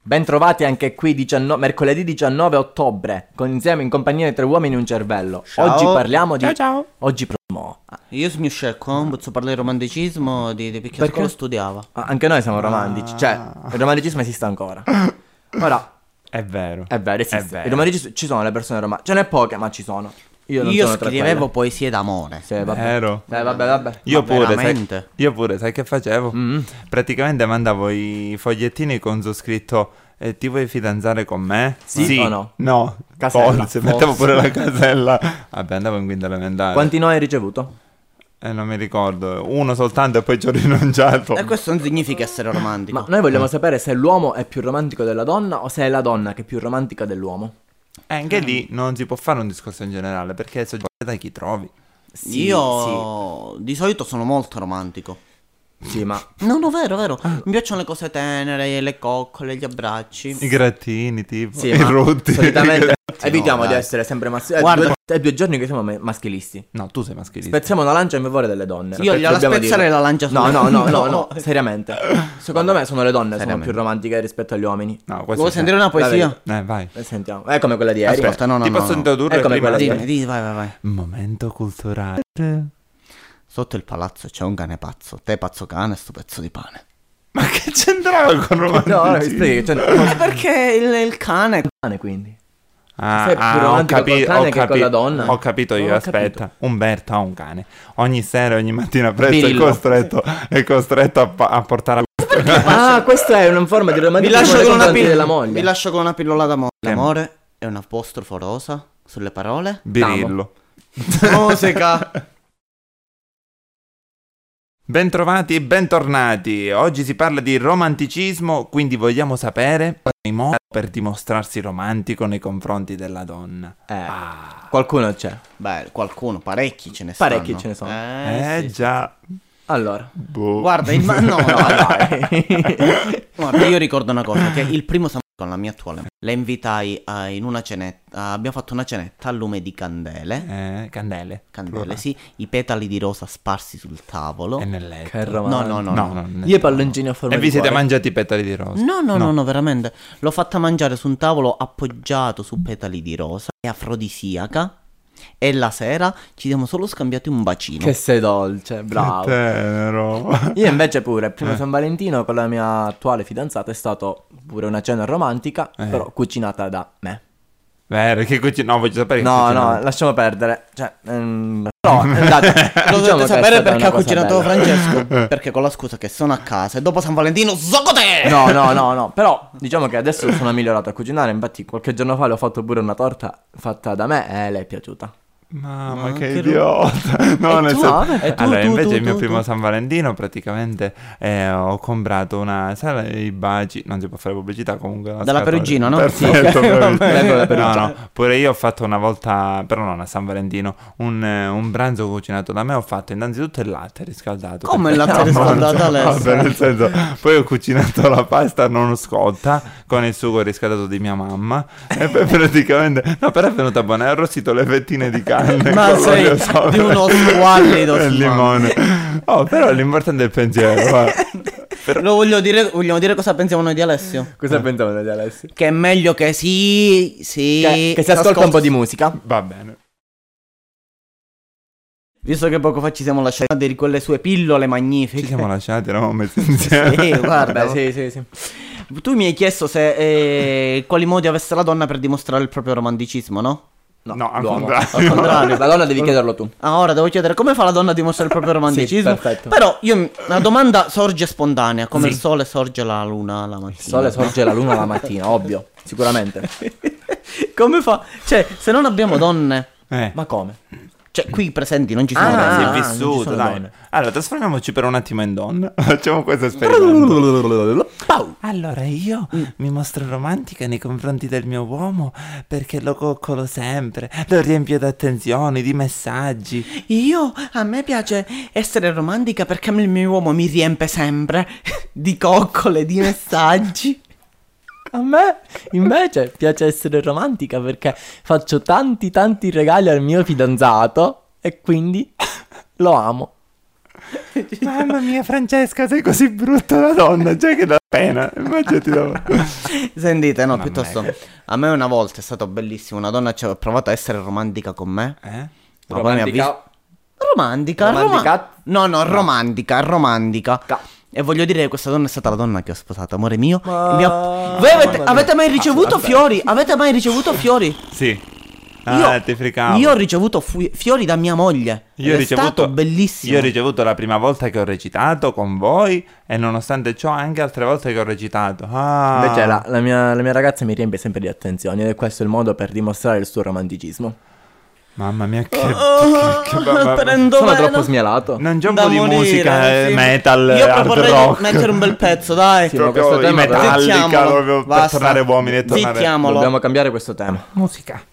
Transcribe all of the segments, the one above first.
Bentrovati anche qui mercoledì 19 ottobre, insieme in compagnia di 3 uomini e un cervello. Ciao. Oggi parliamo di... Ciao. Oggi parliamo... Io sono Scelco, posso parlare di romanticismo, perché a scuola studiava. Anche noi siamo romantici, cioè il romanticismo esiste ancora. Ora, È vero. esiste. È vero. Il romanticismo, ci sono le persone romantiche, ce n'è poche ma ci sono. Io non sono tra scrivevo quelle. poesie d'amore. Sì, vabbè. Vero. Vabbè. Io Ma pure, veramente? sai che facevo? Praticamente mandavo i fogliettini con su scritto ti vuoi fidanzare con me? Sì o no? No, Casella. forse, mettevo pure la casella. Vabbè, andavo in quinta elementare. Quanti no hai ricevuto? Non mi ricordo, uno soltanto e poi ci ho rinunciato. E questo non significa essere romantico. Ma noi vogliamo sapere se l'uomo è più romantico della donna o se è la donna che è più romantica dell'uomo. Anche lì non si può fare un discorso in generale perché è da chi trovi. Io di solito sono molto romantico. Sì, ma... No, vero. Mi piacciono le cose tenere, le coccole, gli abbracci. I grattini, tipo, Sì, i ma rotti. solitamente evitiamo no, di dai. essere sempre maschili. Guarda- È 2 giorni che siamo maschilisti. No, tu sei maschilista. Spezziamo una lancia in favore delle donne. Io gliela Dobbiamo spezzare dirlo. la lancia No, sulle- no, seriamente. Secondo me sono le donne sono Seriamente. più romantiche rispetto agli uomini. No, questo Vuoi sì. sentire una poesia? Vai. Sentiamo. È come quella di ieri. Aspetta, no. Ti posso introdurre È come prima? quella Dimmi, vai. Momento culturale. Sotto il palazzo c'è un cane pazzo. Te pazzo cane, sto pezzo di pane. Ma che c'entrava con No, mi romanticismo? spieghi, cioè, Ma perché il cane... cane quindi. Ah, Sei più romantico col cane che con la donna? Ho capito io, Ho aspetta. Umberto ha un cane. Ogni sera, ogni mattina presto Birillo. è costretto a portare a... Ah, questa è una forma di Vi romanticismo lascio, nei con una confronti della moglie. vi lascio con una pillola d'amore. L'amore è un apostrofo rosa sulle parole. Birillo. Musica. Bentrovati e bentornati. Oggi si parla di romanticismo, quindi vogliamo sapere i modi per dimostrarsi romantico nei confronti della donna. Qualcuno c'è. Beh, qualcuno, parecchi ce ne sono. Parecchi ce ne sono. Sì. Già. Allora. Boh. Guarda, no, dai. Guarda, io ricordo una cosa, che il primo San con la mia attuale la invitai in una cenetta, abbiamo fatto una cenetta a lume di candele. Candele. Candele, sì, i petali di rosa sparsi sul tavolo. E nel letto. Che romantico. No. Io i palloncini a forma E di vi siete cuore. mangiati i petali di rosa? No, veramente. L'ho fatta mangiare su un tavolo appoggiato su petali di rosa. È afrodisiaca. E la sera ci siamo solo scambiati un bacino. Che sei dolce, bravo. Tenero. Io invece pure, prima San Valentino con la mia attuale fidanzata è stato pure una cena romantica, però cucinata da me. Vero, che cucina? No, voglio sapere che No, cucina. lasciamo perdere. Cioè, però, andate, Lo diciamo dovete che è sapere stata perché una ha cosa cucinato bella. Francesco. Perché con la scusa che sono a casa e dopo San Valentino zogote! No, però diciamo che adesso sono migliorato a cucinare, infatti qualche giorno fa le ho fatto pure una torta fatta da me e le è piaciuta. Mamma Ma che che idiota. No, nel tu? senso... E tu, Allora, tu, invece tu, il mio tu, primo tu. San Valentino praticamente ho comprato una... Sai, i baci... Non si può fare pubblicità comunque. una Dalla scatola- Perugino, no? Perfetto, Sì, Perugino. vengo da Perugia. No, pure io ho fatto una volta, però non a San Valentino, un pranzo cucinato da me. Ho fatto innanzitutto il latte riscaldato. Come il perché- latte riscaldato, Alessio? Vabbè, nel senso, poi ho cucinato la pasta non scotta con il sugo riscaldato di mia mamma. E poi praticamente... No, però è venuta buona. Ho arrostito le fettine di carne. Ma con sei l'olio sopra. di uno squallido E il limone. Oh, però l'importante è il pensiero. va. Vogliamo dire cosa pensiamo noi di Alessio? Cosa pensavano di Alessio? Che è meglio che sì Che si ascolta un po' di musica. Va bene. Visto che poco fa ci siamo lasciati di quelle sue pillole magnifiche. Ci siamo lasciati, eravamo messi insieme. Sì, guarda, Sì. tu mi hai chiesto se quali modi avesse la donna per dimostrare il proprio romanticismo, no? No, al l'uomo. contrario. Al contrario, la donna devi chiederlo tu. Ah, ora devo chiedere come fa la donna a dimostrare il proprio romanticismo. Sì, perfetto. Però la domanda sorge spontanea, come Sì. il sole sorge la luna la mattina. Il sole sorge la luna la mattina, ovvio, sicuramente. Come fa? Cioè, se non abbiamo donne, Ma come? cioè qui presenti non ci sono Ah, Si donne. è non ci vissuto, sono dai. donne. Allora, trasformiamoci per un attimo in donna. Facciamo questo esperimento. Pau! Allora, io mi mostro romantica nei confronti del mio uomo perché lo coccolo sempre, lo riempio di attenzioni, di messaggi. A me piace essere romantica perché il mio uomo mi riempie sempre di coccole, di messaggi. A me invece piace essere romantica perché faccio tanti regali al mio fidanzato e quindi lo amo. Mamma mia, Francesca, sei così brutta la donna, già che da pena. Immaginati dopo. Sentite, no, Mamma piuttosto mia. a me una volta è stato bellissimo, una donna ci ha provato a essere romantica con me. Ma poi mi ha visto... Romantica. No, romantica. E voglio dire che questa donna è stata la donna che ho sposato, amore mio. Voi avete mai ricevuto fiori? Avete mai ricevuto fiori? Sì. Ti fricavo. Io ho ricevuto fiori da mia moglie. È stato bellissimo. Io ho ricevuto la prima volta che ho recitato con voi e nonostante ciò anche altre volte che ho recitato. Invece la mia ragazza mi riempie sempre di attenzioni ed è questo il modo per dimostrare il suo romanticismo. Mamma mia, prendo Sono vena. troppo smielato. non gioco Da di morire, musica, sì. metal, Io hard proporrei rock. di mettere un bel pezzo, dai. Sì, ma Proprio questo i tema però- Metallica, Zittiamolo, proprio per basta. tornare uomini e tornare... Zittiamolo. Dobbiamo cambiare questo tema. Musica.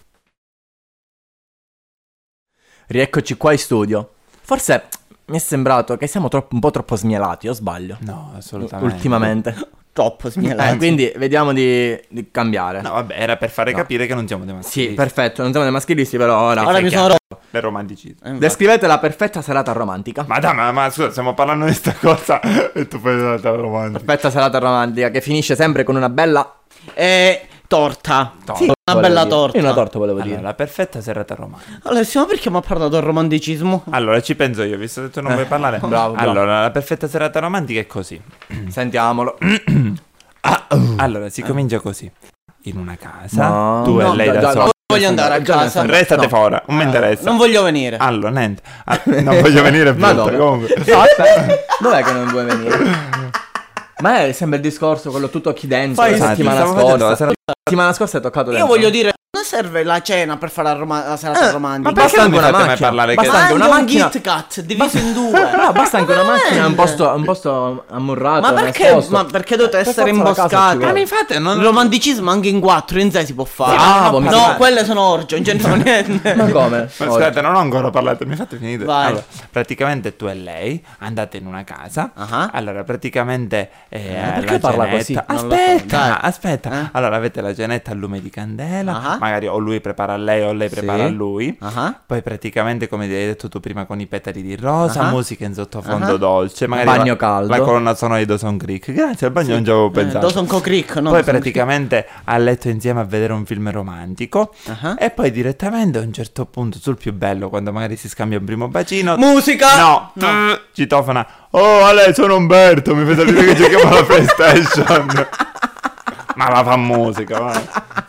Rieccoci qua in studio. Forse mi è sembrato che siamo un po' troppo smielati, o sbaglio? No, assolutamente. Ultimamente. Troppo smielato. Quindi vediamo di cambiare. No, vabbè, era per fare capire che non siamo dei Sì, maschilisti. perfetto, non siamo dei maschilisti, però ora... Ora mi sono rotto. Le romanticismo. Descrivete la perfetta serata romantica. Ma dai, ma scusa, stiamo parlando di sta cosa e tu fai la romantica. Perfetta serata romantica che finisce sempre con una bella... Torta. Sì, Una volevo bella dire. torta. Io una torta volevo Allora, dire. la perfetta serata romantica. Alessio, ma perché mi ha parlato del romanticismo? Allora, ci penso io, visto che tu non vuoi parlare. bravo. Allora, la perfetta serata romantica è così. Sentiamolo. Allora, si comincia così. In una casa, No, tu no, e lei da già- sola. Voglio andare a casa. Restate fuori, non mi interessa. Non voglio venire. Allora, niente. Non voglio venire Ma brutta, dove? comunque. No, aspetta. Dov'è che non vuoi venire? Ma è sempre il discorso, quello tutto chi dentro. Fai- La settimana stavo facendo la scorsa. La settimana scorsa è toccato Io dentro. voglio dire, non serve la cena per fare la serata romantica. ma perché Basta non anche mi una fate mai macchina. parlare Basta che- anche una un macchina. Kit Kat diviso in due. No, basta anche una macchina, un Veramente. posto ammurrato. Ma perché? nascosto. Ma perché dovete Per essere forza la casa ci imboscati? vuole. Ma mi fate, Il non... romanticismo anche in 4, in 6 si può fare. Bravo, mi no, sa- quelle sono orge, non c'entrano niente. Ma come? Ma scusate, non ho ancora parlato, mi fate finire. Vai. Allora, praticamente tu e lei andate in una casa. Ah. Allora, praticamente perché la parla cenetta- così? Non lo so, Aspetta, dai. aspetta. Allora, avete la cenetta a lume di candela. Ah. Magari o lui prepara a lei o lei prepara a lui. Ah. Poi praticamente, come hai detto tu prima, con i petali di rosa, Ah. musica in sottofondo Ah. dolce. Magari Bagno la caldo. colonna sonora di Dawson Creek. Grazie, al bagno non ci avevo pensato. Dawson Creek, no? Poi praticamente a letto insieme a vedere un film romantico. Ah. E poi direttamente a un certo punto, sul più bello, quando magari si scambia un primo bacino. Musica! No, citofona. Oh, Ale, sono Umberto, mi fai sapere che giochiamo alla PlayStation. Ma la fa musica, va.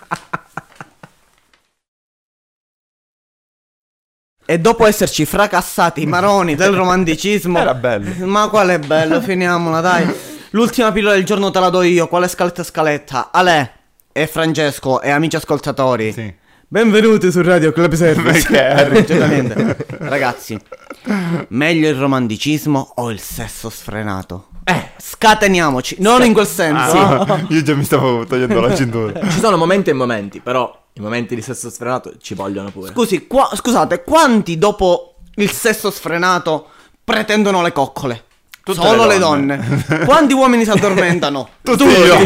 E dopo esserci fracassati i maroni del romanticismo. Era bello. Ma quale bello, finiamola, dai. L'ultima pillola del giorno te la do io. Quale scaletta? Ale e Francesco e amici ascoltatori. Sì. Benvenuti su Radio Club Service. Perché? Certamente. Ragazzi, meglio il romanticismo o il sesso sfrenato? Scateniamoci, non in quel senso. Ah, io già mi stavo togliendo la cintura. Ci sono momenti e momenti, però i momenti di sesso sfrenato ci vogliono pure. Scusate, quanti dopo il sesso sfrenato pretendono le coccole? Tutte Solo le le donne. donne. Quanti uomini si addormentano? Tutti io.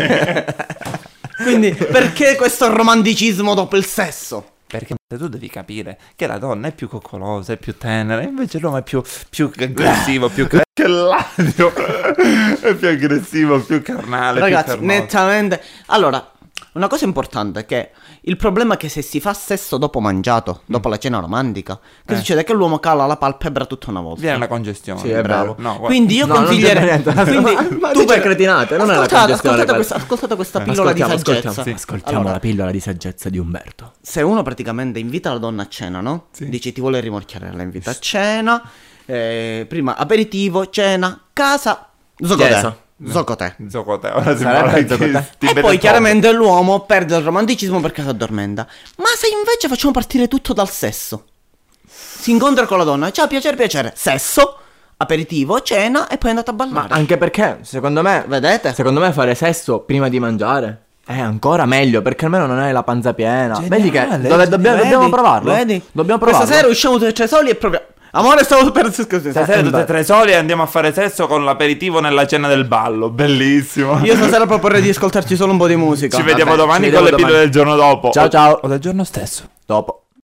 Quindi perché questo romanticismo dopo il sesso? Perché tu devi capire che la donna è più coccolosa, è più tenera, invece l'uomo è più aggressivo, più che l'adio. È più aggressivo, più carnale, più Ragazzi, carnoso. nettamente. Allora, una cosa importante è che il problema è che se si fa sesso dopo mangiato, dopo la cena romantica, che succede? Che l'uomo cala la palpebra tutta una volta. Viene una congestione. Sì, è Bravo. vero. No, guarda. Quindi io No, non consiglierei. c'entra niente. Quindi Ma tu dice per cretinate, non è la congestione quella. ascoltate questa pillola di saggezza. Ascoltiamo Allora, la pillola di saggezza di Umberto. se uno praticamente invita la donna a cena, no? Dice ti vuole rimorchiare, la invita a cena. Prima aperitivo, cena, casa, Chiesa. Zocotè. Zocote, ora si Sarebbe parla il Zocote. di E poi Benetton. chiaramente l'uomo perde il romanticismo perché si addormenta. Ma se invece facciamo partire tutto dal sesso? Si incontra con la donna, ciao, piacere, sesso, aperitivo, cena e poi andate a Ma ballare. anche perché, secondo me, Vedete? fare sesso prima di mangiare è ancora meglio, perché almeno non hai la panza piena. Geniale, Vedi che geniale. dobbiamo provarlo. Vedi? Dobbiamo provarlo. Questa sera usciamo tutti e tre soli e proviamo. Amore, stavo per... Scusi, Stasera tutte e tre soli e andiamo a fare sesso con l'aperitivo nella cena del ballo. Bellissimo. Io stasera proporrei di ascoltarci solo un po' di musica. Ci vediamo Vabbè, domani ci con le vediamo pillole domani. del giorno dopo. Ciao, ciao. O del giorno stesso. Dopo.